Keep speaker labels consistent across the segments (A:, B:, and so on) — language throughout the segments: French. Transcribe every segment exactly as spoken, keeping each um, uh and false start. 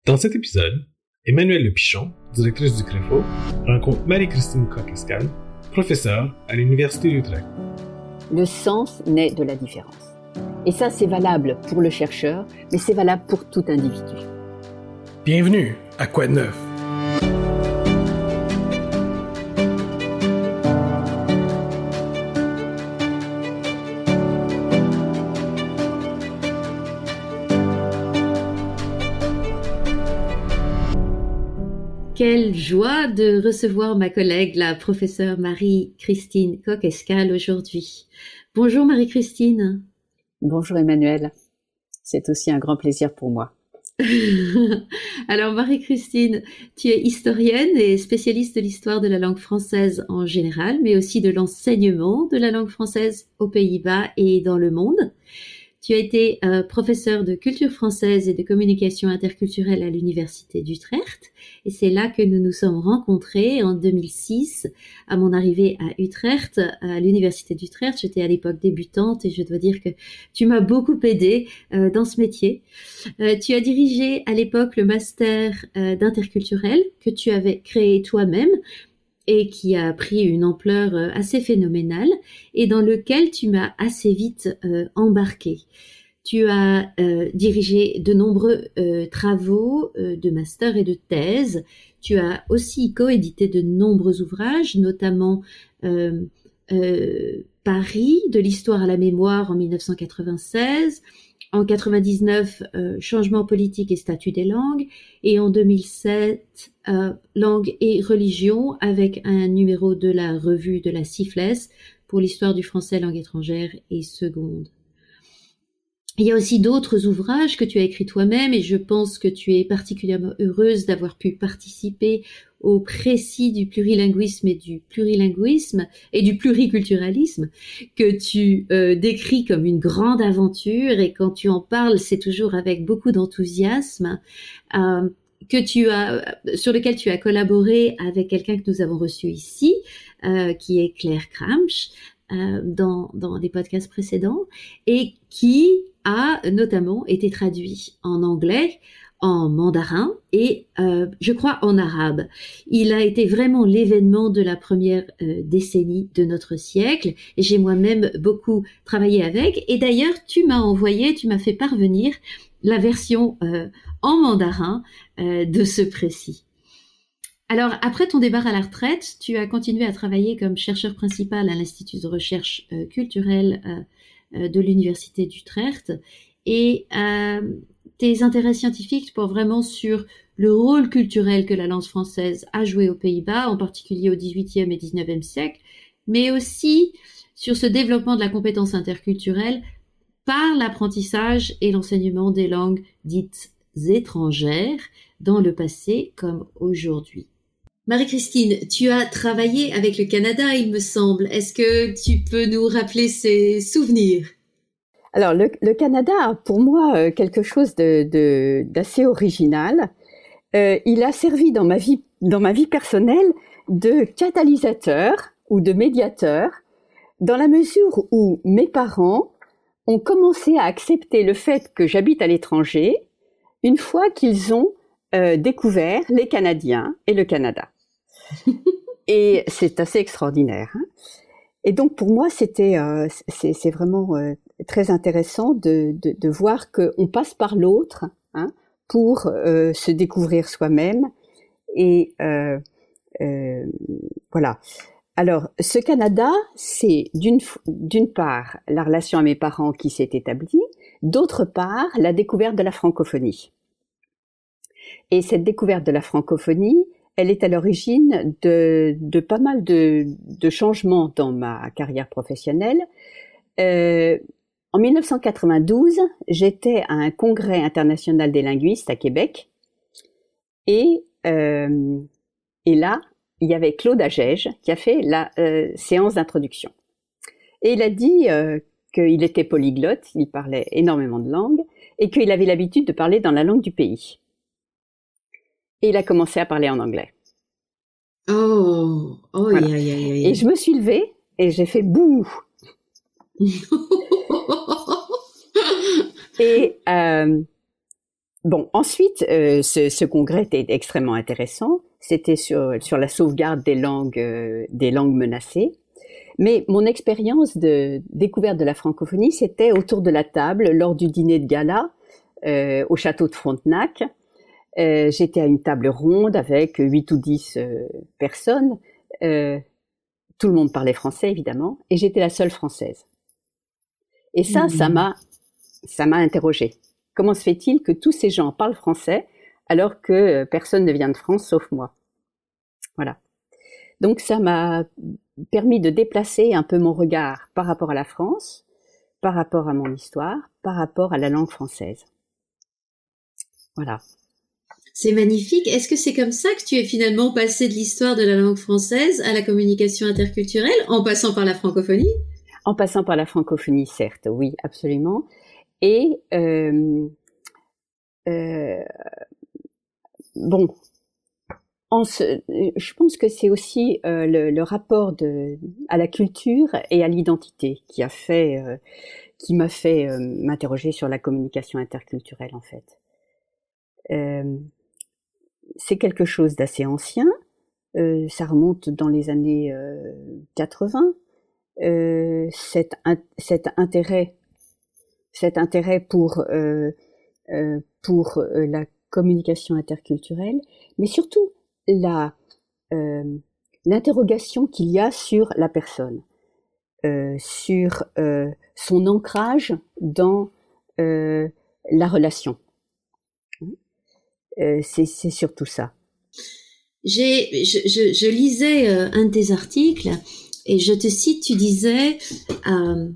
A: Dans cet épisode, Emmanuelle Lepichon, directrice du CREFO, rencontre Marie-Christine Coq-Escale, professeure à l'Université d'Utrecht.
B: Le sens naît de la différence. Et ça, c'est valable pour le chercheur, mais c'est valable pour tout individu.
A: Bienvenue à Quoi de neuf?
C: Quelle joie de recevoir ma collègue, la professeure Marie-Christine Coq-Escale aujourd'hui. Bonjour Marie-Christine.
B: Bonjour Emmanuelle. C'est aussi un grand plaisir pour moi.
C: Alors Marie-Christine, tu es historienne et spécialiste de l'histoire de la langue française en général, mais aussi de l'enseignement de la langue française aux Pays-Bas et dans le monde. Tu as été euh, professeur de culture française et de communication interculturelle à l'Université d'Utrecht. Et c'est là que nous nous sommes rencontrés en deux mille six, à mon arrivée à Utrecht, à l'Université d'Utrecht. J'étais à l'époque débutante et je dois dire que tu m'as beaucoup aidée euh, dans ce métier. Euh, tu as dirigé à l'époque le master euh, d'interculturel que tu avais créé toi-même et qui a pris une ampleur assez phénoménale et dans lequel tu m'as assez vite euh, embarqué. Tu as euh, dirigé de nombreux euh, travaux euh, de master et de thèse. Tu as aussi coédité de nombreux ouvrages, notamment euh, euh, Paris, de l'histoire à la mémoire en mille neuf cent quatre-vingt-seize, en quatre-vingt-dix-neuf, euh, Changement politique et statut des langues, et en deux mille sept, euh, Langue et religion, avec un numéro de la revue de la CIFLES pour l'histoire du français langue étrangère et seconde. Il y a aussi d'autres ouvrages que tu as écrits toi-même et je pense que tu es particulièrement heureuse d'avoir pu participer au précis du plurilinguisme et du plurilinguisme et du pluriculturalisme que tu euh, décris comme une grande aventure et quand tu en parles, c'est toujours avec beaucoup d'enthousiasme, euh, que tu as, sur lequel tu as collaboré avec quelqu'un que nous avons reçu ici, euh, qui est Claire Kramsch, euh, dans, dans les podcasts précédents et qui a notamment été traduit en anglais, en mandarin et euh, je crois en arabe. Il a été vraiment l'événement de la première euh, décennie de notre siècle et j'ai moi-même beaucoup travaillé avec et d'ailleurs tu m'as envoyé, tu m'as fait parvenir la version euh, en mandarin euh, de ce précis. Alors, après ton départ à la retraite, tu as continué à travailler comme chercheur principal à l'Institut de recherche euh, culturelle euh, euh, de l'Université d'Utrecht et euh, tes intérêts scientifiques portent vraiment sur le rôle culturel que la langue française a joué aux Pays-Bas, en particulier au dix-huitième et dix-neuvième siècle, mais aussi sur ce développement de la compétence interculturelle par l'apprentissage et l'enseignement des langues dites étrangères dans le passé comme aujourd'hui. Marie-Christine, tu as travaillé avec le Canada, il me semble. Est-ce que tu peux nous rappeler ces souvenirs?
B: Alors, le, le Canada a pour moi quelque chose de, de, d'assez original. Euh, il a servi dans ma vie, dans ma vie personnelle de catalyseur ou de médiateur dans la mesure où mes parents ont commencé à accepter le fait que j'habite à l'étranger une fois qu'ils ont euh, découvert les Canadiens et le Canada. Et c'est assez extraordinaire. Hein. Et donc pour moi, c'était, euh, c'est, c'est vraiment euh, très intéressant de, de, de voir qu'on passe par l'autre hein, pour euh, se découvrir soi-même. Et euh, euh, voilà. Alors, ce Canada, c'est d'une, d'une part la relation à mes parents qui s'est établie, d'autre part la découverte de la francophonie. Et cette découverte de la francophonie, elle est à l'origine de, de pas mal de, de changements dans ma carrière professionnelle. Euh, en dix-neuf cent quatre-vingt-douze, j'étais à un congrès international des linguistes à Québec, et, euh, et là, il y avait Claude Agege qui a fait la euh, séance d'introduction. Et il a dit euh, qu'il était polyglotte, il parlait énormément de langues, et qu'il avait l'habitude de parler dans la langue du pays. Et il a commencé à parler en anglais.
C: Oh, oh,
B: voilà.
C: yeah, yeah, yeah, yeah.
B: Et je me suis levée et j'ai fait bouh. et, euh, bon, ensuite, euh, ce, ce congrès était extrêmement intéressant. C'était sur, sur la sauvegarde des langues, euh, des langues menacées. Mais mon expérience de découverte de la francophonie, c'était autour de la table, lors du dîner de gala, euh, au château de Frontenac. Euh, j'étais à une table ronde avec huit ou dix euh, personnes. Euh, tout le monde parlait français, évidemment, et j'étais la seule française. Et ça, mmh. ça m'a, ça m'a interrogée. Comment se fait-il que tous ces gens parlent français alors que personne ne vient de France sauf moi? Voilà. Donc ça m'a permis de déplacer un peu mon regard par rapport à la France, par rapport à mon histoire, par rapport à la langue française. Voilà.
C: C'est magnifique. Est-ce que c'est comme ça que tu es finalement passé de l'histoire de la langue française à la communication interculturelle, en passant par la francophonie?
B: En passant par la francophonie, certes, oui, absolument. Et euh, euh, bon, en ce, je pense que c'est aussi euh, le, le rapport de, à la culture et à l'identité qui a fait, euh, qui m'a fait euh, m'interroger sur la communication interculturelle, en fait. Euh, c'est quelque chose d'assez ancien. Euh, ça remonte dans les années euh, quatre-vingts. Euh, cet, in, cet intérêt, cet intérêt pour euh, euh, pour euh, la communication interculturelle, mais surtout la euh, l'interrogation qu'il y a sur la personne, euh, sur euh, son ancrage dans euh, la relation. Euh, c'est, c'est surtout ça.
C: J'ai, je, je, je lisais euh, un de tes articles et je te cite, tu disais euh,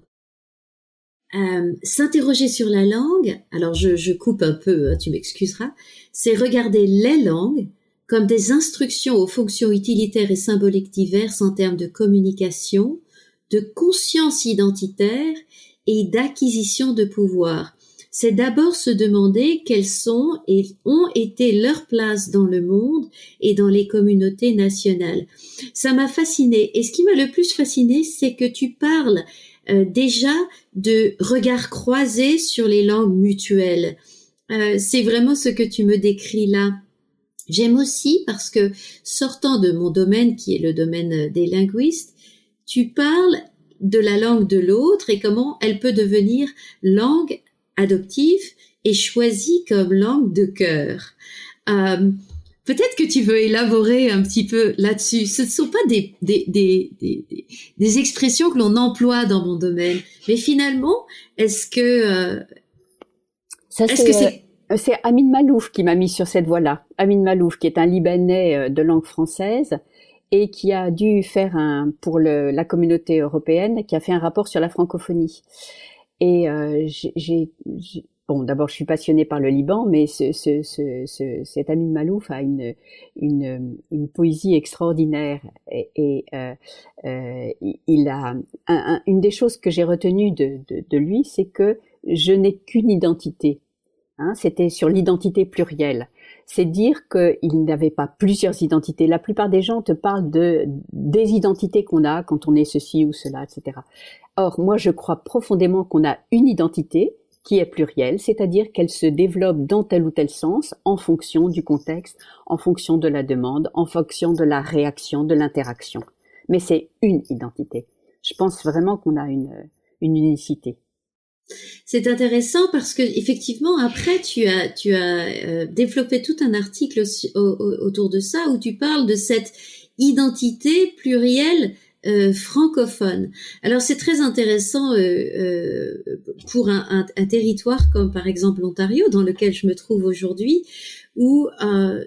C: euh, s'interroger sur la langue. Alors je, je coupe un peu, hein, tu m'excuseras. C'est regarder les langues comme des instructions aux fonctions utilitaires et symboliques diverses en termes de communication, de conscience identitaire et d'acquisition de pouvoir. C'est d'abord se demander quelles sont et ont été leurs places dans le monde et dans les communautés nationales. Ça m'a fascinée. Et ce qui m'a le plus fascinée, c'est que tu parles euh, déjà de regard croisé sur les langues mutuelles. Euh, c'est vraiment ce que tu me décris là. J'aime aussi parce que, sortant de mon domaine, qui est le domaine des linguistes, tu parles de la langue de l'autre et comment elle peut devenir langue adoptive et choisie comme langue de cœur. Euh, peut-être que tu veux élaborer un petit peu là-dessus. Ce ne sont pas des, des, des, des, des expressions que l'on emploie dans mon domaine, mais finalement, est-ce que... Euh,
B: Ça, est-ce c'est, que c'est... Euh, c'est Amin Malouf qui m'a mis sur cette voie-là. Amin Malouf, qui est un Libanais de langue française et qui a dû faire un, pour le, la communauté européenne, qui a fait un rapport sur la francophonie. Et euh, j'ai, j'ai, bon, d'abord, je suis passionnée par le Liban, mais ce, ce, ce, ce, cet Amin Malouf a une, une, une poésie extraordinaire. Et, et euh, euh, il a un, un, une des choses que j'ai retenues de, de, de lui, c'est que je n'ai qu'une identité. Hein, c'était sur l'identité plurielle. C'est dire qu'il n'avait pas plusieurs identités. La plupart des gens te parlent de des identités qu'on a quand on est ceci ou cela, et cetera. Or, moi, je crois profondément qu'on a une identité qui est plurielle, c'est-à-dire qu'elle se développe dans tel ou tel sens en fonction du contexte, en fonction de la demande, en fonction de la réaction, de l'interaction. Mais c'est une identité. Je pense vraiment qu'on a une, une unicité.
C: C'est intéressant parce que effectivement après tu as tu as euh, développé tout un article au, au, autour de ça où tu parles de cette identité plurielle euh, francophone. Alors c'est très intéressant euh, euh, pour un, un, un territoire comme par exemple l'Ontario dans lequel je me trouve aujourd'hui où euh,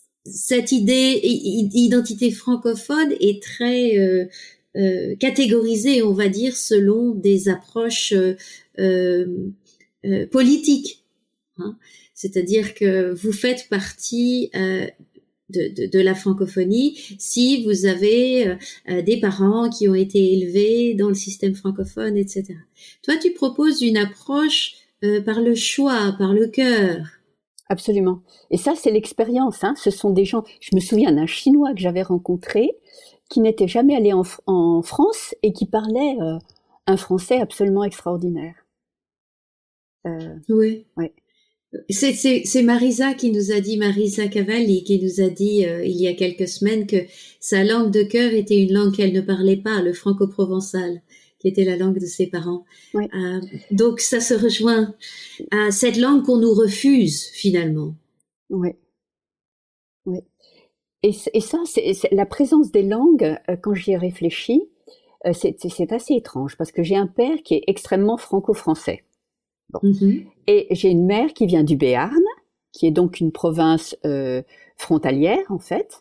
C: cette idée identité francophone est très euh, euh, catégorisée, on va dire, selon des approches euh, Euh, euh, politique, hein. C'est-à-dire que vous faites partie euh, de, de, de la francophonie si vous avez euh, des parents qui ont été élevés dans le système francophone, et cetera. Toi, tu proposes une approche euh, par le choix, par le cœur.
B: Absolument. Et ça, c'est l'expérience. Hein. Ce sont des gens. Je me souviens d'un Chinois que j'avais rencontré qui n'était jamais allé en, en France et qui parlait euh, un français absolument extraordinaire.
C: Euh, oui.
B: Ouais.
C: C'est, c'est, c'est Marisa qui nous a dit, Marisa Cavalli, qui nous a dit euh, il y a quelques semaines que sa langue de cœur était une langue qu'elle ne parlait pas, le franco-provençal, qui était la langue de ses parents.
B: Oui.
C: Euh, donc ça se rejoint à cette langue qu'on nous refuse finalement.
B: Oui. Oui. Et, et ça, c'est, c'est la présence des langues, euh, quand j'y ai réfléchi, euh, c'est, c'est, c'est assez étrange, parce que j'ai un père qui est extrêmement franco-français. Bon. Mm-hmm. Et j'ai une mère qui vient du Béarn, qui est donc une province euh, frontalière en fait.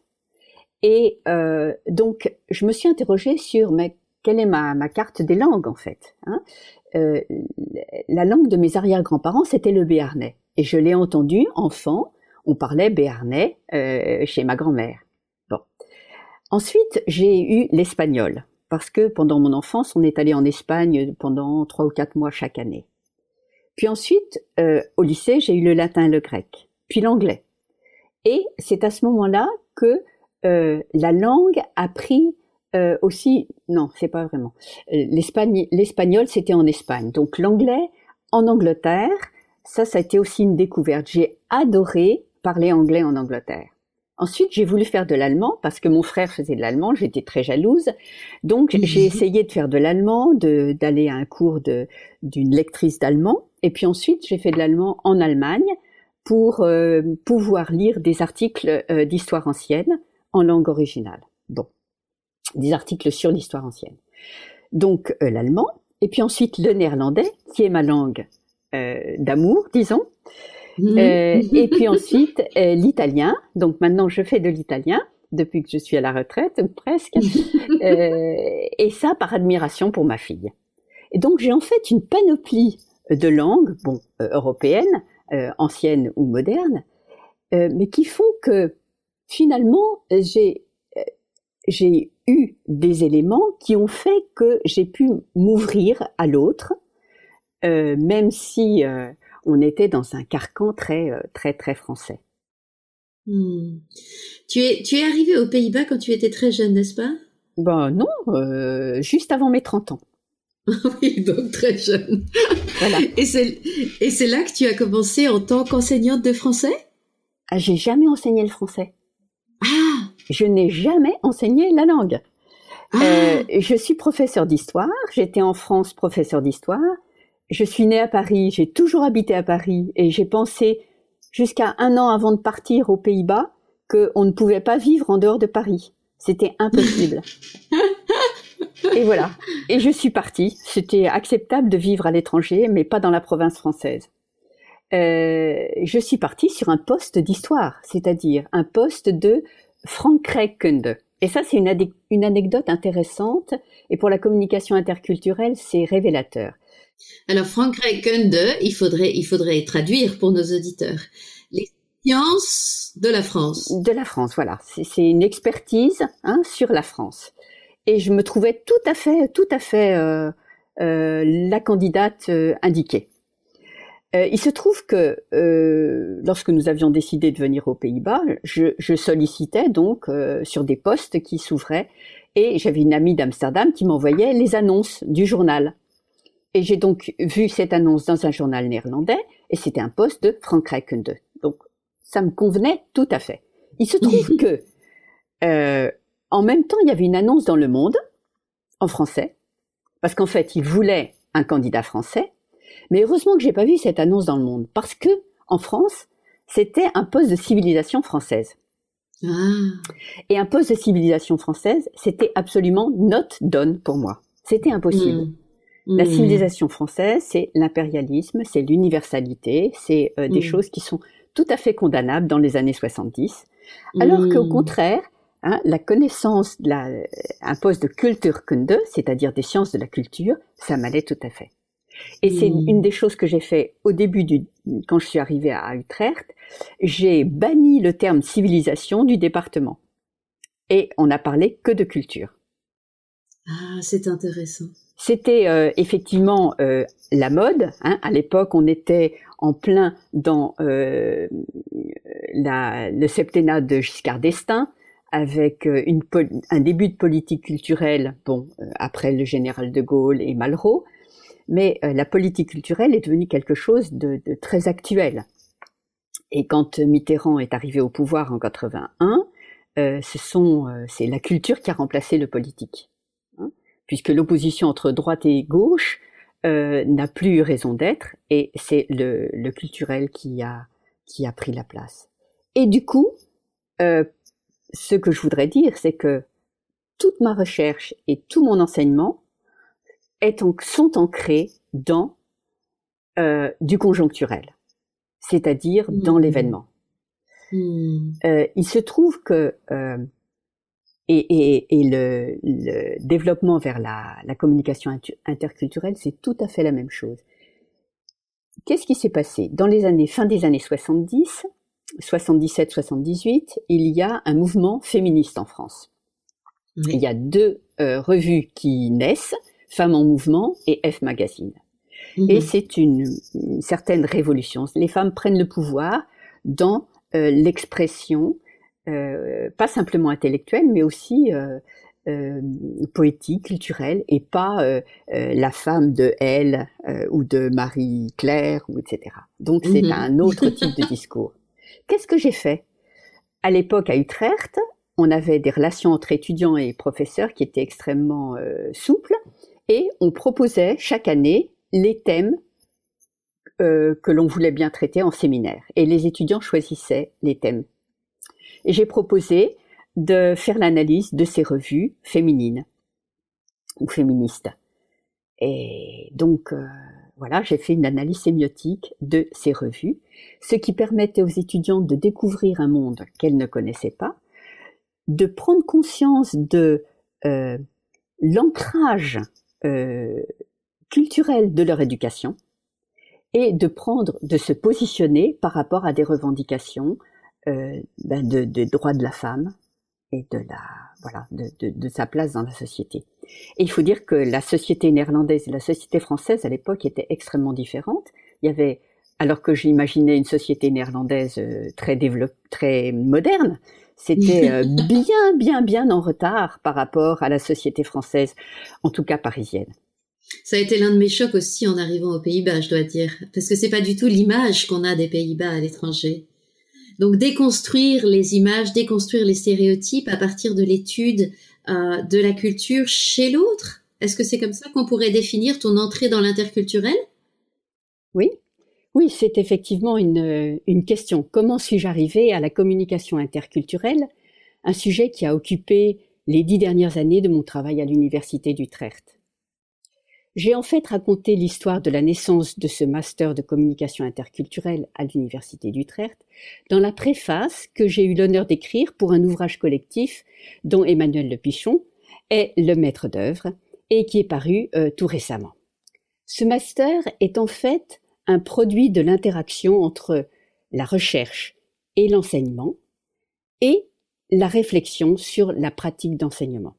B: Et euh, donc je me suis interrogée sur mais quelle est ma, ma carte des langues en fait, hein. euh, La langue de mes arrière-grands-parents c'était le béarnais, et je l'ai entendu enfant, on parlait béarnais euh, chez ma grand-mère. Bon. Ensuite j'ai eu l'espagnol, parce que pendant mon enfance on est allé en Espagne pendant trois ou quatre mois chaque année. Puis ensuite, euh, au lycée, j'ai eu le latin et le grec, puis l'anglais. Et c'est à ce moment-là que euh, la langue a pris euh, aussi... Non, c'est pas vraiment. L'espagne, l'espagnol, c'était en Espagne. Donc l'anglais, en Angleterre, ça, ça a été aussi une découverte. J'ai adoré parler anglais en Angleterre. Ensuite, j'ai voulu faire de l'allemand parce que mon frère faisait de l'allemand, j'étais très jalouse. Donc, j'ai essayé de faire de l'allemand, de, d'aller à un cours de, d'une lectrice d'allemand. Et puis ensuite, j'ai fait de l'allemand en Allemagne pour euh, pouvoir lire des articles euh, d'histoire ancienne en langue originale. Bon, des articles sur l'histoire ancienne. Donc, euh, l'allemand. Et puis ensuite, le néerlandais, qui est ma langue euh, d'amour, disons. Mmh. Euh, et puis ensuite euh, l'italien, donc maintenant je fais de l'italien depuis que je suis à la retraite presque, euh, et ça par admiration pour ma fille. Et donc j'ai en fait une panoplie de langues, bon euh, européennes, euh, anciennes ou modernes, euh, mais qui font que finalement j'ai euh, j'ai eu des éléments qui ont fait que j'ai pu m'ouvrir à l'autre, euh, même si euh, on était dans un carcan très, très, très français.
C: Hmm. Tu es, tu es arrivé aux Pays-Bas quand tu étais très jeune, n'est-ce pas?
B: Ben non, euh, juste avant mes trente ans.
C: Oui, donc très jeune.
B: Voilà.
C: Et c'est, et c'est là que tu as commencé en tant qu'enseignante de français?
B: Ah, j'ai jamais enseigné le français.
C: Ah!
B: Je n'ai jamais enseigné la langue. Ah. Euh, je suis professeure d'histoire, j'étais en France professeure d'histoire. Je suis née à Paris, j'ai toujours habité à Paris et j'ai pensé jusqu'à un an avant de partir aux Pays-Bas qu'on ne pouvait pas vivre en dehors de Paris. C'était impossible. Et voilà. Et je suis partie. C'était acceptable de vivre à l'étranger, mais pas dans la province française. Euh, je suis partie sur un poste d'histoire, c'est-à-dire un poste de Frankrijkkunde. Et ça, c'est une, adé- une anecdote intéressante. Et pour la communication interculturelle, c'est révélateur.
C: Alors, Frankrijkkunde, il faudrait, il faudrait traduire pour nos auditeurs. Les sciences de la France.
B: De la France, voilà. C'est, c'est une expertise hein, sur la France. Et je me trouvais tout à fait, tout à fait euh, euh, la candidate euh, indiquée. Euh, il se trouve que euh, lorsque nous avions décidé de venir aux Pays-Bas, je, je sollicitais donc euh, sur des postes qui s'ouvraient, et j'avais une amie d'Amsterdam qui m'envoyait les annonces du journal. Et j'ai donc vu cette annonce dans un journal néerlandais, et c'était un poste de Frankrijkkunde. Donc, ça me convenait tout à fait. Il se trouve que, euh, en même temps, il y avait une annonce dans Le Monde, en français, parce qu'en fait, ils voulaient un candidat français, mais heureusement que j'ai pas vu cette annonce dans Le Monde, parce que, en France, c'était un poste de civilisation française.
C: Ah.
B: Et un poste de civilisation française, c'était absolument not done pour moi. C'était impossible. Mmh. La civilisation française, c'est l'impérialisme, c'est l'universalité, c'est euh, des mmh. choses qui sont tout à fait condamnables dans les années soixante-dix. Alors mmh. qu'au contraire, hein, la connaissance, de la, un poste de Kulturkunde, c'est-à-dire des sciences de la culture, ça m'allait tout à fait. Et mmh. c'est une des choses que j'ai fait au début du, quand je suis arrivée à Utrecht, j'ai banni le terme civilisation du département. Et on n'a parlé que de culture.
C: Ah, c'est intéressant.
B: C'était euh, effectivement euh, la mode. Hein. À l'époque, on était en plein dans euh, la, le septennat de Giscard d'Estaing, avec euh, une, un début de politique culturelle, bon, euh, après le général de Gaulle et Malraux, mais euh, la politique culturelle est devenue quelque chose de, de très actuel. Et quand Mitterrand est arrivé au pouvoir en quatre-vingt-un, euh, ce sont, euh, c'est la culture qui a remplacé le politique, hein, puisque l'opposition entre droite et gauche euh, n'a plus eu raison d'être, et c'est le, le culturel qui a, qui a pris la place. Et du coup, euh, ce que je voudrais dire, c'est que toute ma recherche et tout mon enseignement est en, sont ancrés dans euh, du conjoncturel, c'est-à-dire mmh. dans l'événement. Mmh. Euh, il se trouve que euh, et, et, et le, le développement vers la, la communication inter- interculturelle, c'est tout à fait la même chose. Qu'est-ce qui s'est passé? Dans les années, fin des années soixante-dix, soixante-dix-sept soixante-dix-huit, il y a un mouvement féministe en France. Oui. Il y a deux euh, revues qui naissent, Femmes en mouvement et F Magazine. Mmh. Et c'est une, une certaine révolution. Les femmes prennent le pouvoir dans euh, l'expression, euh, pas simplement intellectuelle, mais aussi euh, euh, poétique, culturelle, et pas euh, euh, la femme de Elle euh, ou de Marie-Claire, ou et cetera. Donc c'est mmh. un autre type de discours. Qu'est-ce que j'ai fait? À l'époque, à Utrecht, on avait des relations entre étudiants et professeurs qui étaient extrêmement euh, souples, et on proposait chaque année les thèmes euh, que l'on voulait bien traiter en séminaire. Et les étudiants choisissaient les thèmes. Et j'ai proposé de faire l'analyse de ces revues féminines ou féministes. Et donc, euh, voilà, j'ai fait une analyse sémiotique de ces revues, ce qui permettait aux étudiants de découvrir un monde qu'elles ne connaissaient pas, de prendre conscience de euh, l'ancrage euh, culturel de leur éducation et de prendre, de se positionner par rapport à des revendications euh, ben de, de droits de la femme et de la voilà de, de, de sa place dans la société. Et il faut dire que la société néerlandaise et la société française à l'époque étaient extrêmement différentes. Il y avait, alors que j'imaginais une société néerlandaise très développée, très moderne, c'était bien, bien, bien en retard par rapport à la société française, en tout cas parisienne.
C: Ça a été l'un de mes chocs aussi en arrivant aux Pays-Bas, je dois dire, parce que c'est pas du tout l'image qu'on a des Pays-Bas à l'étranger. Donc déconstruire les images, déconstruire les stéréotypes à partir de l'étude euh, de la culture chez l'autre. Est-ce que c'est comme ça qu'on pourrait définir ton entrée dans l'interculturel?
B: Oui. Oui, c'est effectivement une, une question. Comment suis-je arrivée à la communication interculturelle, un sujet qui a occupé les dix dernières années de mon travail à l'université d'Utrecht. J'ai en fait raconté l'histoire de la naissance de ce master de communication interculturelle à l'université d'Utrecht dans la préface que j'ai eu l'honneur d'écrire pour un ouvrage collectif dont Emmanuel Le Pichon est le maître d'œuvre et qui est paru euh, tout récemment. Ce master est en fait un produit de l'interaction entre la recherche et l'enseignement et la réflexion sur la pratique d'enseignement.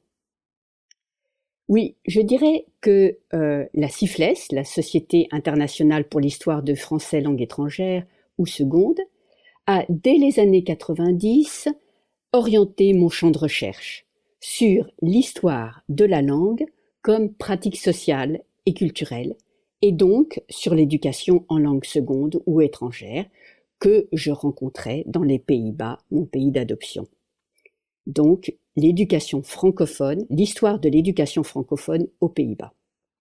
B: Oui, je dirais que euh, la C I F L E S, la Société internationale pour l'histoire de français langue étrangère ou seconde, a dès les années quatre-vingt-dix orienté mon champ de recherche sur l'histoire de la langue comme pratique sociale et culturelle, et donc sur l'éducation en langue seconde ou étrangère que je rencontrais dans les Pays-Bas, mon pays d'adoption. Donc, l'éducation francophone, l'histoire de l'éducation francophone aux Pays-Bas.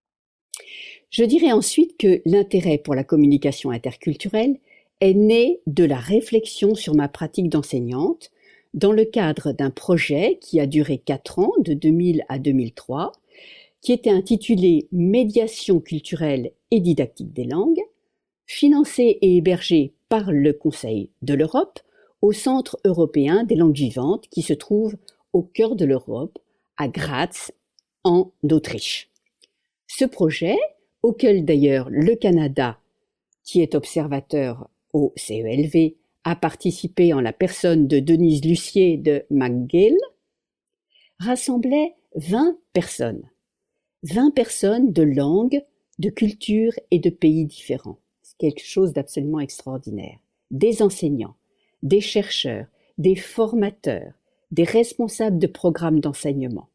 B: Je dirais ensuite que l'intérêt pour la communication interculturelle est né de la réflexion sur ma pratique d'enseignante dans le cadre d'un projet qui a duré quatre ans, de deux mille à deux mille trois, qui était intitulé « Médiation culturelle et didactique des langues », financé et hébergé par le Conseil de l'Europe au Centre européen des langues vivantes qui se trouve au cœur de l'Europe, à Graz, en Autriche. Ce projet, auquel d'ailleurs le Canada, qui est observateur au C E L V, a participé en la personne de Denise Lucier de McGill, rassemblait vingt personnes. vingt personnes de langues, de cultures et de pays différents. C'est quelque chose d'absolument extraordinaire. Des enseignants, des chercheurs, des formateurs, des responsables de programmes d'enseignement.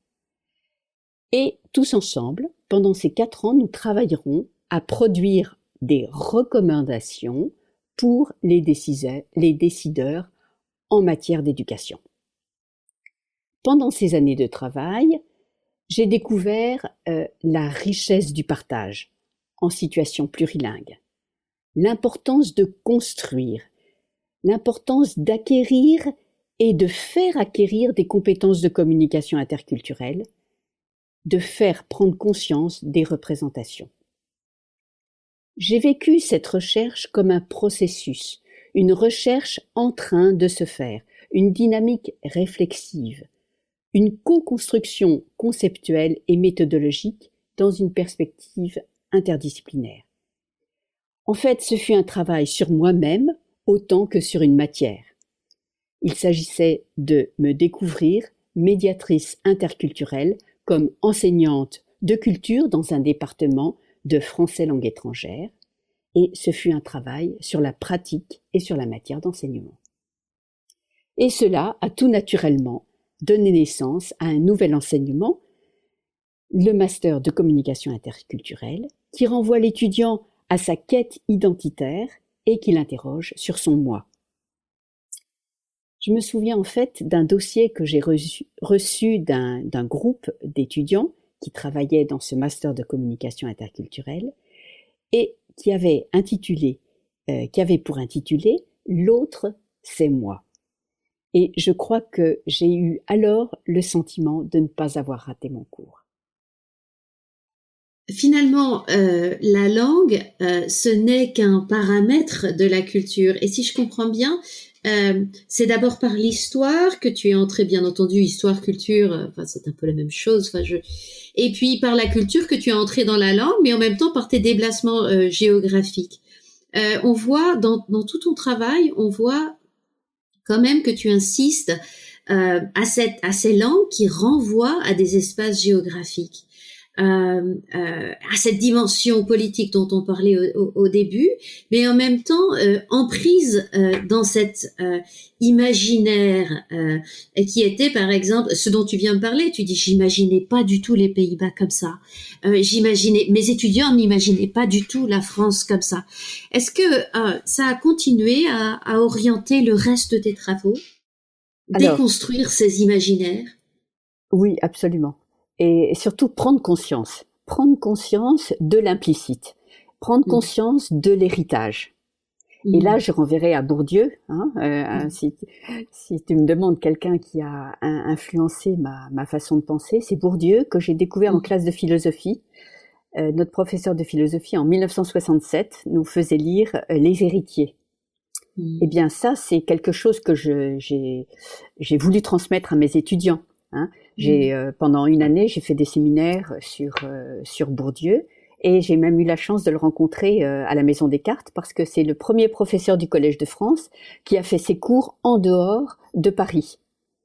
B: Et tous ensemble, pendant ces quatre ans, nous travaillerons à produire des recommandations pour les décideurs, les décideurs en matière d'éducation. Pendant ces années de travail, j'ai découvert euh, la richesse du partage en situation plurilingue, l'importance de construire, l'importance d'acquérir et de faire acquérir des compétences de communication interculturelle, de faire prendre conscience des représentations. J'ai vécu cette recherche comme un processus, une recherche en train de se faire, une dynamique réflexive, une co-construction conceptuelle et méthodologique dans une perspective interdisciplinaire. En fait, ce fut un travail sur moi-même autant que sur une matière. Il s'agissait de me découvrir médiatrice interculturelle comme enseignante de culture dans un département de français langue étrangère, et ce fut un travail sur la pratique et sur la matière d'enseignement. Et cela a tout naturellement donné naissance à un nouvel enseignement, le master de communication interculturelle, qui renvoie l'étudiant à sa quête identitaire et qui l'interroge sur son moi. Je me souviens en fait d'un dossier que j'ai reçu, reçu d'un, d'un groupe d'étudiants qui travaillaient dans ce master de communication interculturelle et qui avait intitulé, euh, qui avait pour intitulé « L'autre, c'est moi ». Et je crois que j'ai eu alors le sentiment de ne pas avoir raté mon cours.
C: Finalement, euh, la langue, euh, ce n'est qu'un paramètre de la culture. Et si je comprends bien, euh, c'est d'abord par l'histoire que tu es entré, bien entendu, histoire, culture, euh, enfin c'est un peu la même chose. Enfin, je... Et puis par la culture que tu es entré dans la langue, mais en même temps par tes déplacements euh, géographiques. Euh, on voit dans, dans tout ton travail, on voit quand même que tu insistes euh, à, cette, à ces langues qui renvoient à des espaces géographiques. Euh, euh, à cette dimension politique dont on parlait au, au, au début, mais en même temps euh, emprise euh, dans cet euh, imaginaire euh, qui était par exemple ce dont tu viens de parler. Tu dis j'imaginais pas du tout les Pays-Bas comme ça. Euh, j'imaginais mes étudiants n'imaginaient pas du tout la France comme ça. Est-ce que euh, ça a continué à, à orienter le reste de tes travaux, Alors, déconstruire ces imaginaires?
B: Oui, absolument. Et surtout prendre conscience, prendre conscience de l'implicite, prendre mmh. conscience de l'héritage. Mmh. Et là, je renverrai à Bourdieu, hein, euh, mmh. si, si tu me demandes quelqu'un qui a influencé ma, ma façon de penser, c'est Bourdieu que j'ai découvert mmh. en classe de philosophie. Euh, notre professeur de philosophie en dix-neuf cent soixante-sept nous faisait lire euh, Les Héritiers. Mmh. Eh bien ça, c'est quelque chose que je, j'ai, j'ai voulu transmettre à mes étudiants. Hein. J'ai euh, pendant une année, j'ai fait des séminaires sur euh, sur Bourdieu et j'ai même eu la chance de le rencontrer euh, à la Maison Descartes parce que c'est le premier professeur du Collège de France qui a fait ses cours en dehors de Paris.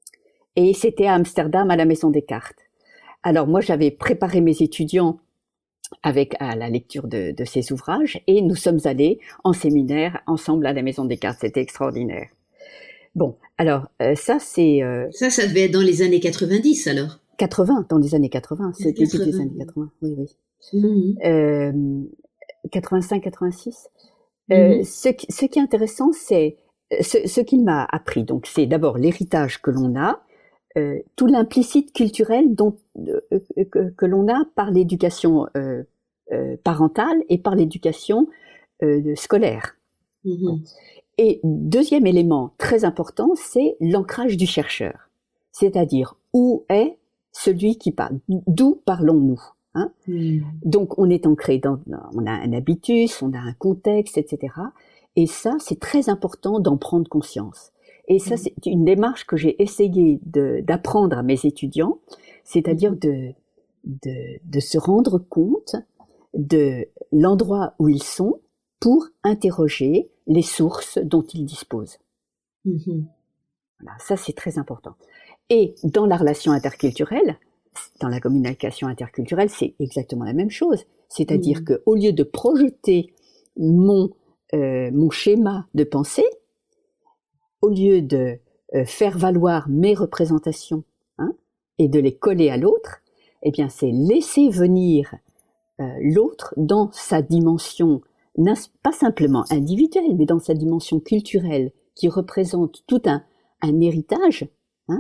B: Et c'était à Amsterdam à la Maison Descartes. Alors moi, j'avais préparé mes étudiants avec à la lecture de, de ces ouvrages et nous sommes allés en séminaire ensemble à la Maison Descartes. C'était extraordinaire. Bon, alors euh, ça c'est... Euh,
C: ça, ça devait être dans les années quatre-vingt-dix alors
B: quatre-vingts, dans les années quatre-vingts, c'est le début des années quatre-vingts, oui, oui. Mmh. Euh, quatre-vingt-cinq quatre-vingt-six. Mmh. Euh, ce, ce qui est intéressant, c'est ce, ce qu'il m'a appris. Donc c'est d'abord l'héritage que l'on a, euh, tout l'implicite culturel dont, euh, que, que l'on a par l'éducation euh, euh, parentale et par l'éducation euh, scolaire. Mmh. Bon. Et deuxième élément très important, c'est l'ancrage du chercheur. C'est-à-dire, où est celui qui parle? D'où parlons-nous, hein? Mmh. Donc, on est ancré dans, on a un habitus, on a un contexte, et cetera. Et ça, c'est très important d'en prendre conscience. Et ça, mmh. c'est une démarche que j'ai essayé de, d'apprendre à mes étudiants, c'est-à-dire mmh. de, de, de se rendre compte de l'endroit où ils sont pour interroger les sources dont ils disposent. Mmh. Voilà, ça c'est très important. Et dans la relation interculturelle, dans la communication interculturelle, c'est exactement la même chose. C'est-à-dire mmh. que au lieu de projeter mon euh, mon schéma de pensée, au lieu de euh, faire valoir mes représentations, hein, et de les coller à l'autre, eh bien c'est laisser venir euh, l'autre dans sa dimension pas simplement individuelle, mais dans sa dimension culturelle, qui représente tout un, un héritage hein,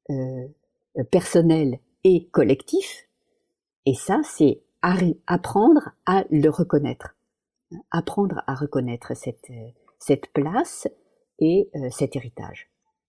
B: euh, personnel et collectif. Et ça, c'est apprendre à le reconnaître, apprendre à reconnaître cette, cette place et euh, cet héritage.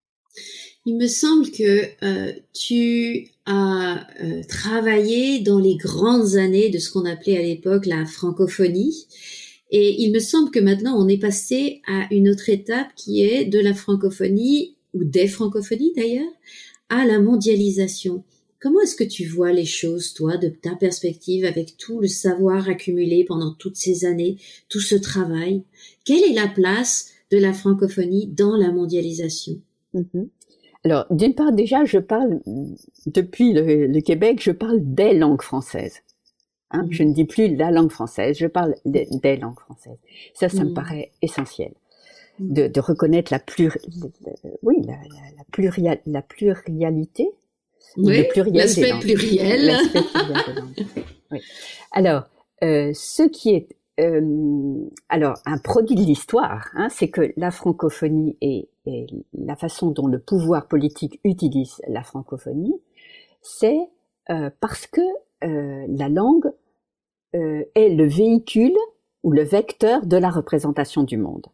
C: Il me semble que euh, tu as euh, travaillé dans les grandes années de ce qu'on appelait à l'époque la francophonie. Et il me semble que maintenant, on est passé à une autre étape qui est de la francophonie, ou des francophonies d'ailleurs, à la mondialisation. Comment est-ce que tu vois les choses, toi, de ta perspective, avec tout le savoir accumulé pendant toutes ces années, tout ce travail? Quelle est la place de la francophonie dans la mondialisation?
B: Mm-hmm. Alors, d'une part, déjà, je parle, depuis le, le Québec, je parle des langues françaises. Hein, mmh. Je ne dis plus la langue française, je parle des, des langues françaises. Ça, ça mmh. me paraît essentiel. De, de reconnaître la, plur, oui, la, la, la, pluria, la pluralité.
C: Oui, l'aspect pluriel. L'aspect pluriel des langues.
B: Oui. Alors, euh, ce qui est... Euh, alors, un produit de l'histoire, hein, c'est que la francophonie et, et la façon dont le pouvoir politique utilise la francophonie, c'est euh, parce que euh, la langue euh, est le véhicule ou le vecteur de la représentation du monde.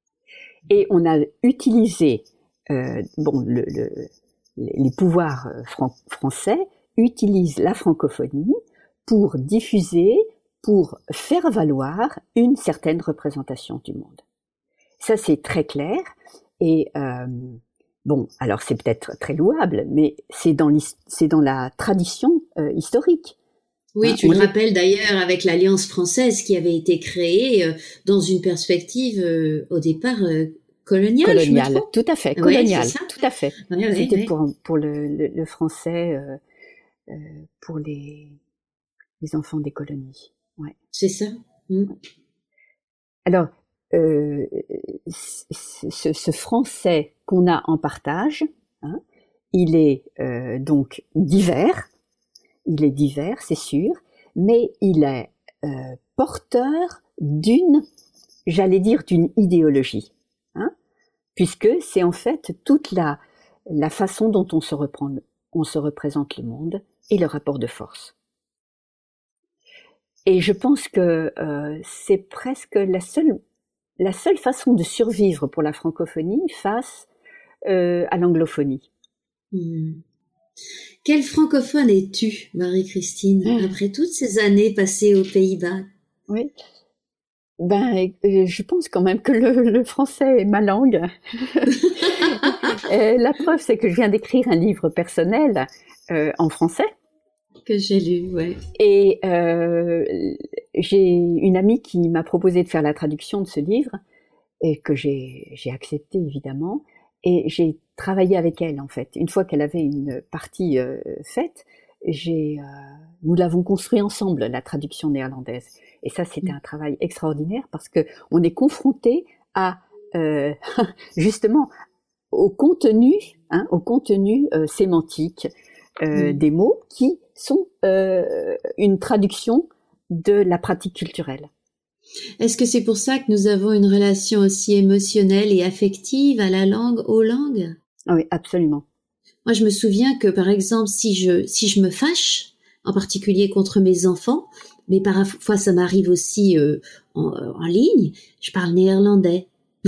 B: Et on a utilisé, euh, bon, le, le, les pouvoirs fran- français utilisent la francophonie pour diffuser, pour faire valoir une certaine représentation du monde. Ça, c'est très clair. Et euh, bon, alors c'est peut-être très louable, mais c'est dans, c'est dans la tradition euh, historique.
C: Oui,
B: hein,
C: tu le rappelles d'ailleurs avec l'Alliance française qui avait été créée euh, dans une perspective euh, au départ euh, coloniale.
B: Coloniale, tout à fait, coloniale, ouais, tout à fait.
C: Ouais, ouais,
B: C'était
C: ouais.
B: pour pour le, le, le français, euh, euh, pour les les enfants des colonies. Ouais.
C: C'est ça. Mmh.
B: Alors, euh, ce, ce français qu'on a en partage, hein, il est euh, donc divers, il est divers, c'est sûr, mais il est euh, porteur d'une, j'allais dire, d'une idéologie, hein, puisque c'est en fait toute la, la façon dont on se, reprend, on se représente le monde et le rapport de force. Et je pense que euh, c'est presque la seule, la seule façon de survivre pour la francophonie face euh, à l'anglophonie.
C: Mmh. Quelle francophone es-tu, Marie-Christine, mmh. après toutes ces années passées aux Pays-Bas?
B: Oui, ben, je pense quand même que le, le français est ma langue. La preuve, c'est que je viens d'écrire un livre personnel euh, en français.
C: Que j'ai lu, ouais.
B: Et euh, j'ai une amie qui m'a proposé de faire la traduction de ce livre et que j'ai, j'ai accepté évidemment. Et j'ai travaillé avec elle en fait. Une fois qu'elle avait une partie euh, faite, j'ai, euh, nous l'avons construit ensemble, la traduction néerlandaise. Et ça, c'était mmh. un travail extraordinaire parce que on est confronté à euh, justement au contenu, hein, au contenu euh, sémantique euh, mmh. des mots qui sont euh, une traduction de la pratique culturelle.
C: Est-ce que c'est pour ça que nous avons une relation aussi émotionnelle et affective à la langue, aux langues?
B: Oui, absolument.
C: Moi, je me souviens que, par exemple, si je si je me fâche, en particulier contre mes enfants, mais parfois ça m'arrive aussi euh, en, en ligne, je parle néerlandais.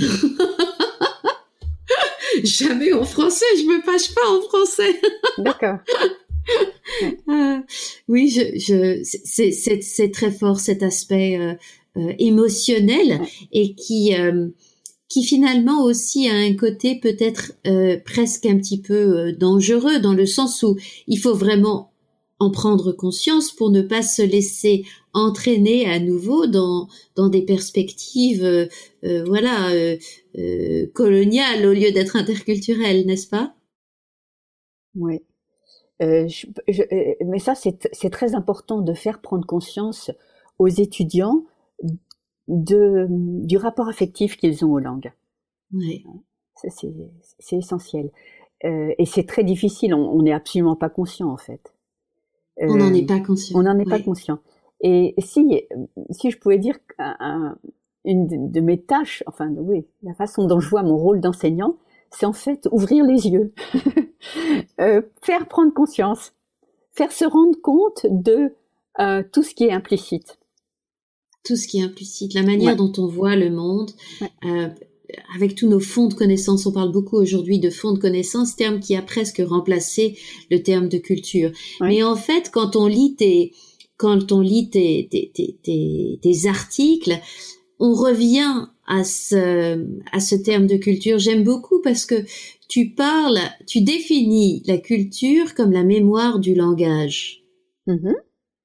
C: Jamais en français, je me fâche pas en français.
B: D'accord.
C: euh, oui, je, je, c'est, c'est, c'est très fort cet aspect euh, euh, émotionnel ouais. et qui, euh, qui finalement aussi a un côté peut-être euh, presque un petit peu euh, dangereux dans le sens où il faut vraiment en prendre conscience pour ne pas se laisser entraîner à nouveau dans dans des perspectives euh, euh, voilà euh, euh, coloniales au lieu d'être interculturelles, n'est-ce pas?
B: Oui. Euh, je, je, mais ça, c'est, c'est très important de faire prendre conscience aux étudiants de, du rapport affectif qu'ils ont aux langues.
C: Oui.
B: Ça, c'est, c'est essentiel. Euh, et c'est très difficile, on n'est absolument pas conscient, en fait.
C: Euh, on n'en est pas conscient.
B: On n'en est
C: oui.
B: pas conscient. Et si, si je pouvais dire un, une de, de mes tâches, enfin oui, la façon dont je vois mon rôle d'enseignant, c'est en fait ouvrir les yeux, euh, faire prendre conscience, faire se rendre compte de euh, tout ce qui est implicite.
C: Tout ce qui est implicite, la manière ouais. dont on voit le monde, ouais. euh, avec tous nos fonds de connaissances, on parle beaucoup aujourd'hui de fonds de connaissances, terme qui a presque remplacé le terme de culture. Ouais. Mais en fait, quand on lit tes, quand on lit tes, tes, tes, tes, tes articles, on revient à ce, à ce terme de culture. J'aime beaucoup parce que tu parles, tu définis la culture comme la mémoire du langage.
B: Mm-hmm.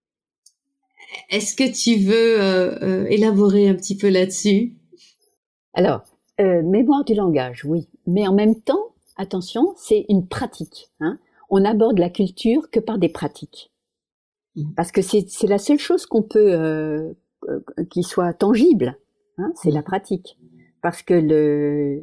C: Est-ce que tu veux euh, euh, élaborer un petit peu là-dessus?
B: Alors, euh, mémoire du langage, oui. Mais en même temps, attention, c'est une pratique. Hein. On aborde la culture que par des pratiques. Mmh. Parce que c'est, c'est la seule chose qu'on peut, euh, euh, qui soit tangible. Hein, c'est mmh. la pratique. Parce que le,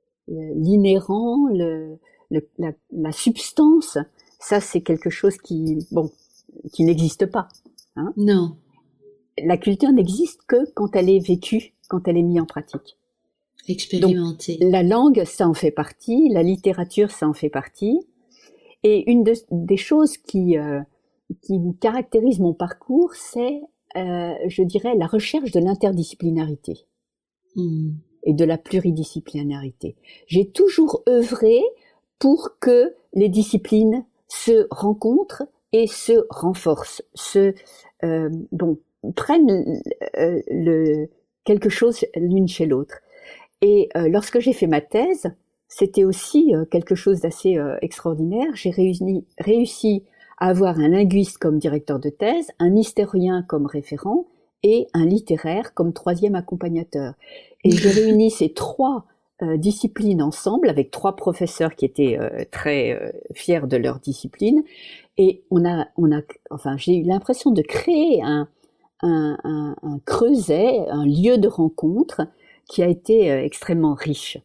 B: l'inhérent, le, le, la, la substance, ça c'est quelque chose qui, bon, qui n'existe pas. Hein.
C: Non.
B: La culture n'existe que quand elle est vécue, quand elle est mise en pratique.
C: Expérimentée.
B: Donc, la langue, ça en fait partie, la littérature, ça en fait partie. Et une de, des choses qui, euh, qui caractérise mon parcours, c'est, euh, je dirais, la recherche de l'interdisciplinarité
C: mmh.
B: et de la pluridisciplinarité. J'ai toujours œuvré pour que les disciplines se rencontrent et se renforcent, se euh, bon prennent euh, le quelque chose l'une chez l'autre. Et euh, lorsque j'ai fait ma thèse, c'était aussi euh, quelque chose d'assez euh, extraordinaire. J'ai réuni, réussi à avoir un linguiste comme directeur de thèse, un historien comme référent et un littéraire comme troisième accompagnateur. Et j'ai réuni ces trois euh, disciplines ensemble avec trois professeurs qui étaient euh, très euh, fiers de leur discipline. Et on a, on a, enfin, j'ai eu l'impression de créer un, un, un, un creuset, un lieu de rencontre qui a été euh, extrêmement riche.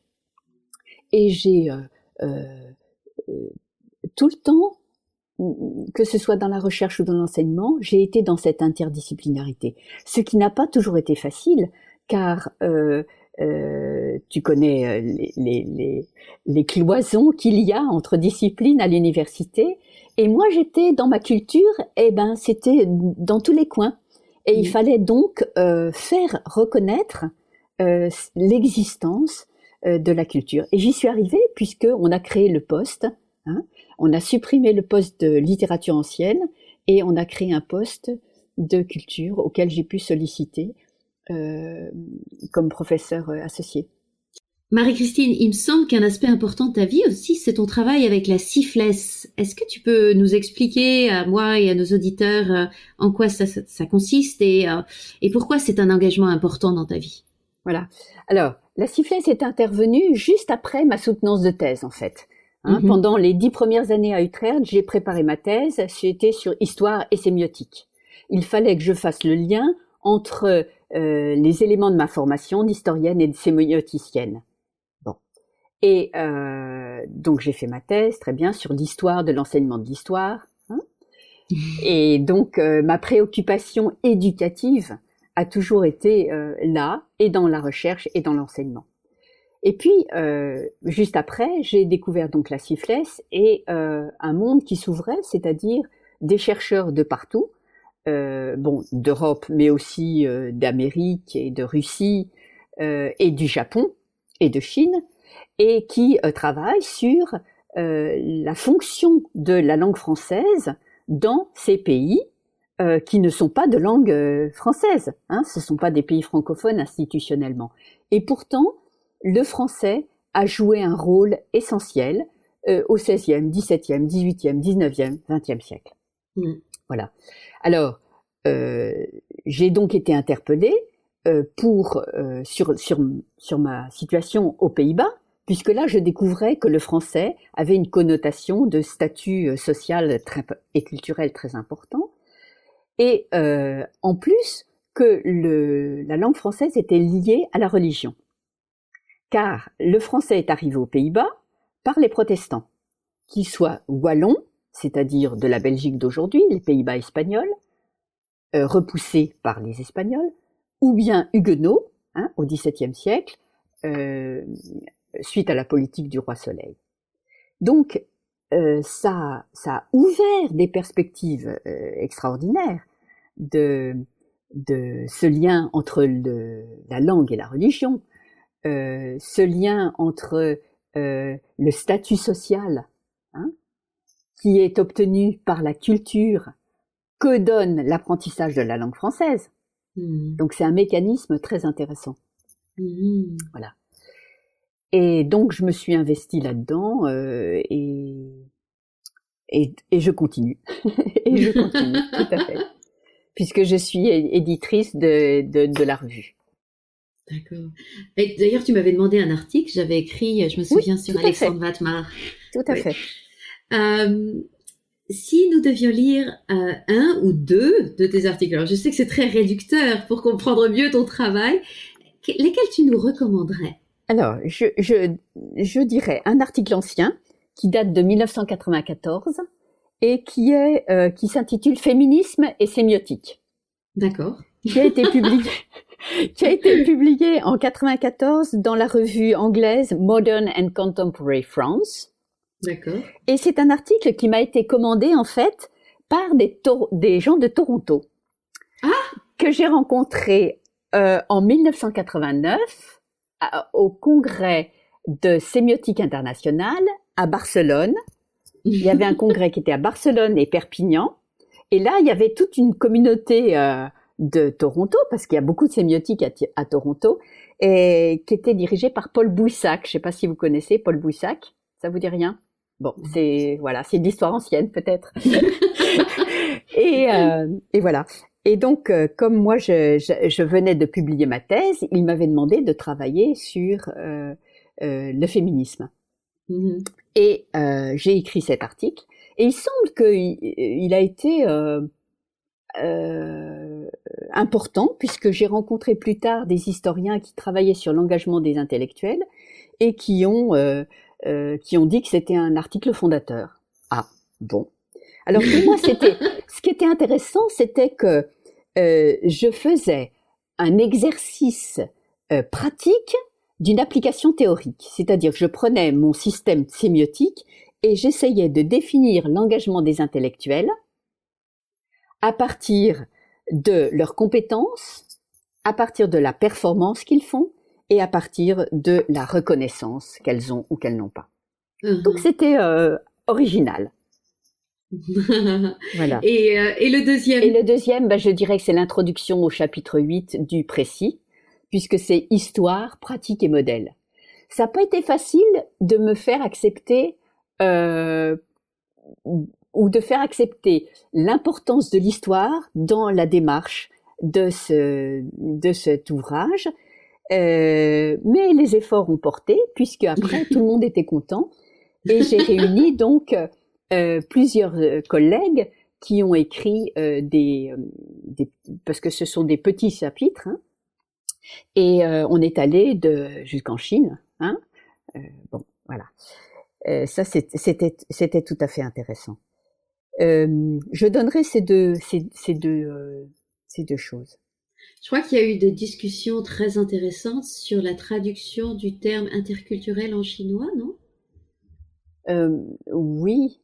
B: Et j'ai euh, euh, euh, tout le temps, que ce soit dans la recherche ou dans l'enseignement, j'ai été dans cette interdisciplinarité. Ce qui n'a pas toujours été facile, car euh, euh, tu connais les, les, les, les cloisons qu'il y a entre disciplines à l'université. Et moi, j'étais dans ma culture, et ben, c'était dans tous les coins. Et mmh. il fallait donc euh, faire reconnaître euh, l'existence euh, de la culture. Et j'y suis arrivée puisque on a créé le poste. Hein, on a supprimé le poste de littérature ancienne et on a créé un poste de culture auquel j'ai pu solliciter euh, comme professeur associé.
C: Marie-Christine, il me semble qu'un aspect important de ta vie aussi, c'est ton travail avec la Cifles. Est-ce que tu peux nous expliquer à moi et à nos auditeurs euh, en quoi ça, ça, ça consiste et, euh, et pourquoi c'est un engagement important dans ta vie?
B: Voilà. Alors, la Cifles est intervenue juste après ma soutenance de thèse, en fait. Hein, mm-hmm. Pendant les dix premières années à Utrecht, j'ai préparé ma thèse, j'étais sur histoire et sémiotique. Il fallait que je fasse le lien entre euh, les éléments de ma formation d'historienne et de sémioticienne. Et euh, donc j'ai fait ma thèse, très bien, sur l'histoire de l'enseignement de l'histoire. Hein. Et donc euh, ma préoccupation éducative a toujours été euh, là, et dans la recherche et dans l'enseignement. Et puis euh, juste après, j'ai découvert donc la Cifles et euh, un monde qui s'ouvrait, c'est-à-dire des chercheurs de partout, euh, bon d'Europe, mais aussi euh, d'Amérique et de Russie euh, et du Japon et de Chine. Et qui euh, travaille sur euh, la fonction de la langue française dans ces pays euh, qui ne sont pas de langue euh, française. Hein, ce ne sont pas des pays francophones institutionnellement. Et pourtant, le français a joué un rôle essentiel euh, au seizième, dix-septième, dix-huitième, dix-neuvième, vingtième siècle. Mmh. Voilà. Alors, euh, j'ai donc été interpellée euh, pour euh, sur sur sur ma situation aux Pays-Bas. Puisque là, je découvrais que le français avait une connotation de statut social très, et culturel très important, et euh, en plus que le, la langue française était liée à la religion. Car le français est arrivé aux Pays-Bas par les protestants, qu'ils soient wallons, c'est-à-dire de la Belgique d'aujourd'hui, les Pays-Bas espagnols, euh, repoussés par les Espagnols, ou bien huguenots, hein, au XVIIe siècle, euh, suite à la politique du roi Soleil. Donc, euh, ça, ça a ouvert des perspectives euh, extraordinaires de, de ce lien entre le, la langue et la religion, euh, ce lien entre euh, le statut social, hein, qui est obtenu par la culture que donne l'apprentissage de la langue française. Mmh. Donc c'est un mécanisme très intéressant. Mmh. Voilà. Et donc je me suis investie là-dedans euh, et, et et je continue et je continue tout à fait, puisque je suis éditrice de de, de la revue.
C: D'accord. Et d'ailleurs, tu m'avais demandé un article, j'avais écrit, je me souviens, oui, sur Alexandre Vatmar.
B: Tout à
C: oui.
B: fait.
C: Euh, si nous devions lire euh, un ou deux de tes articles, alors je sais que c'est très réducteur pour comprendre mieux ton travail, lesquels tu nous recommanderais?
B: Alors, je, je, je dirais un article ancien qui date de mille neuf cent quatre-vingt-quatorze et qui est euh, qui s'intitule Féminisme et sémiotique.
C: D'accord.
B: Qui a été publié qui a été publié en quatre-vingt-quatorze dans la revue anglaise Modern and Contemporary France.
C: D'accord.
B: Et c'est un article qui m'a été commandé en fait par des Tor- des gens de Toronto.
C: Ah,
B: que j'ai rencontrés euh, en mille neuf cent quatre-vingt-neuf à, au congrès de sémiotique internationale à Barcelone. Il y avait un congrès qui était à Barcelone et Perpignan. Et là, il y avait toute une communauté euh, de Toronto, parce qu'il y a beaucoup de sémiotique à, à Toronto, et qui était dirigée par Paul Bouissac. Je ne sais pas si vous connaissez Paul Bouissac. Ça vous dit rien? Bon, c'est voilà, c'est de l'histoire ancienne peut-être. et, euh, et voilà. Et donc, euh, comme moi, je, je, je venais de publier ma thèse, il m'avait demandé de travailler sur euh, euh, le féminisme. Mm-hmm. Et euh, j'ai écrit cet article. Et il semble qu'il il a été euh, euh, important, puisque j'ai rencontré plus tard des historiens qui travaillaient sur l'engagement des intellectuels et qui ont euh, euh, qui ont dit que c'était un article fondateur. Ah, bon. Alors pour moi, c'était ce qui était intéressant, c'était que euh, je faisais un exercice euh, pratique d'une application théorique, c'est-à-dire que je prenais mon système sémiotique et j'essayais de définir l'engagement des intellectuels à partir de leurs compétences, à partir de la performance qu'ils font et à partir de la reconnaissance qu'elles ont ou qu'elles n'ont pas. Mmh. Donc c'était euh, original. Voilà.
C: Et, euh, et le deuxième
B: Et le deuxième, ben, je dirais que c'est l'introduction au chapitre huit du précis, puisque c'est histoire, pratique et modèle. Ça n'a pas été facile de me faire accepter euh, ou de faire accepter l'importance de l'histoire dans la démarche de ce de cet ouvrage, euh, mais les efforts ont porté, puisque après tout le monde était content, et j'ai réuni donc euh, plusieurs collègues qui ont écrit euh, des, des parce que ce sont des petits chapitres, hein, et euh, on est allé de jusqu'en Chine, hein, euh, bon voilà. Euh, ça, c'était, c'était tout à fait intéressant. Euh, je donnerai ces deux, ces, ces deux, euh, ces deux choses.
C: Je crois qu'il y a eu des discussions très intéressantes sur la traduction du terme interculturel en chinois, non?
B: Euh, oui.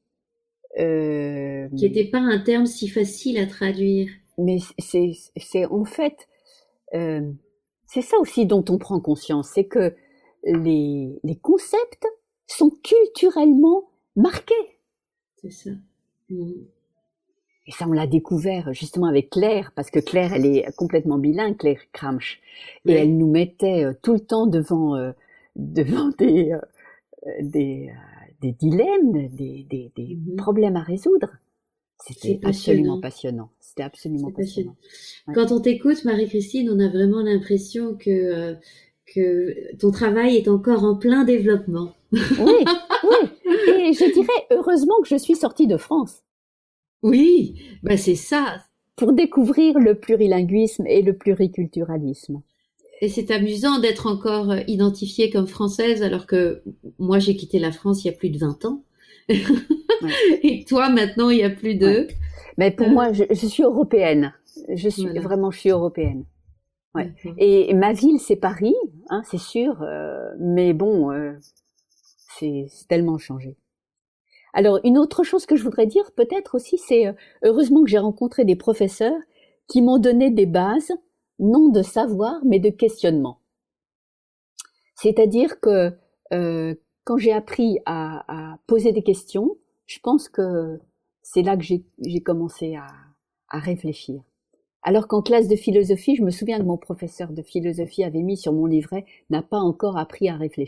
B: Euh,
C: qui n'était pas un terme si facile à traduire.
B: Mais c'est, c'est en fait, euh, c'est ça aussi dont on prend conscience, c'est que les, les concepts sont culturellement marqués.
C: C'est ça. Mmh.
B: Et ça, on l'a découvert justement avec Claire, parce que Claire, elle est complètement bilingue, Claire Cramch, et ouais. Elle nous mettait euh, tout le temps devant euh, devant des euh, des, euh, des dilemmes, des des, des mmh. problèmes à résoudre. C'était absolument passionnant. C'était absolument C'est passionnant.
C: passionnant. Ouais. Quand on t'écoute, Marie-Christine, on a vraiment l'impression que euh, que ton travail est encore en plein développement.
B: Oui, oui. Et je dirais heureusement que je suis sortie de France.
C: Oui, bah c'est ça.
B: Pour découvrir le plurilinguisme et le pluriculturalisme.
C: Et c'est amusant d'être encore identifiée comme française alors que moi j'ai quitté la France il y a plus de vingt ans. Ouais. Et toi maintenant il y a plus de...
B: Ouais. Mais pour euh... moi je, je suis européenne. Je suis voilà. Vraiment je suis européenne. Ouais. Et, et ma ville, c'est Paris, hein, c'est sûr, euh, mais bon, euh, c'est, c'est tellement changé. Alors, une autre chose que je voudrais dire, peut-être aussi, c'est euh, heureusement que j'ai rencontré des professeurs qui m'ont donné des bases, non de savoir, mais de questionnement. C'est-à-dire que euh, quand j'ai appris à, à poser des questions, je pense que c'est là que j'ai, j'ai commencé à, à réfléchir. Alors qu'en classe de philosophie, je me souviens que mon professeur de philosophie avait mis sur mon livret « n'a pas encore appris à réfléchir ».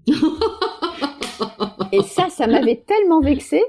B: Et ça, ça m'avait tellement vexée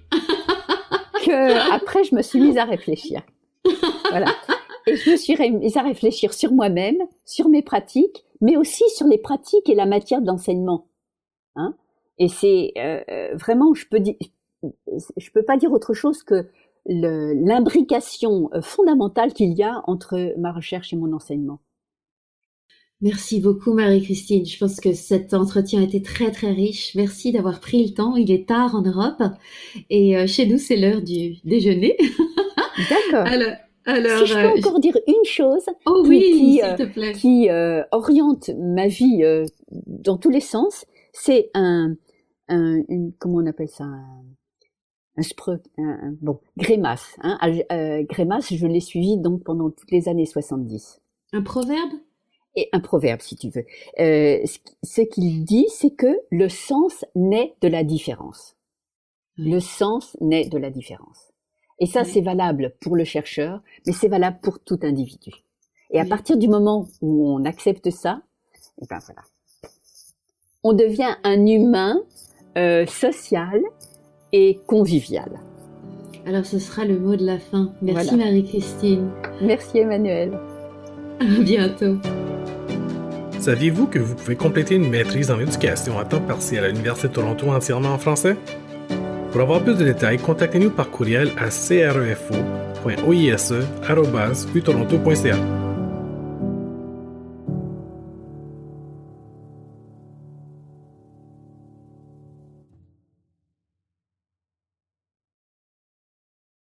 B: que après je me suis mise à réfléchir. Voilà. Et je me suis mise à réfléchir sur moi-même, sur mes pratiques, mais aussi sur les pratiques et la matière d'enseignement. Hein? Et c'est euh, vraiment, je peux dire, je peux pas dire autre chose que le, l'imbrication fondamentale qu'il y a entre ma recherche et mon enseignement.
C: Merci beaucoup Marie-Christine. Je pense que cet entretien a été très très riche. Merci d'avoir pris le temps. Il est tard en Europe et euh, chez nous c'est l'heure du déjeuner.
B: D'accord.
C: Alors, alors,
B: si je peux euh, encore je... dire une chose
C: oh,
B: qui,
C: oui,
B: qui,
C: s'il
B: euh,
C: te plaît.
B: qui euh, oriente ma vie euh, dans tous les sens, c'est un, un une, comment on appelle ça, un, un spreu, un, un, bon, Grémas. Hein, euh, Grémas, je l'ai suivi donc pendant toutes les années soixante-dix.
C: Un proverbe?
B: Et un proverbe, si tu veux. Euh, ce, ce qu'il dit, c'est que le sens naît de la différence. Oui. Le sens naît de la différence. Et ça, oui. c'est valable pour le chercheur, mais c'est valable pour tout individu. Et à oui. partir du moment où on accepte ça, et ben voilà, on devient un humain euh, social et convivial.
C: Alors, ce sera le mot de la fin. Merci voilà. Marie-Christine.
B: Merci Emmanuel.
C: À bientôt.
A: Saviez-vous que vous pouvez compléter une maîtrise en éducation à temps partiel à l'Université de Toronto entièrement en français? Pour avoir plus de détails, contactez-nous par courriel à crefo point oise arobase u toronto point c a.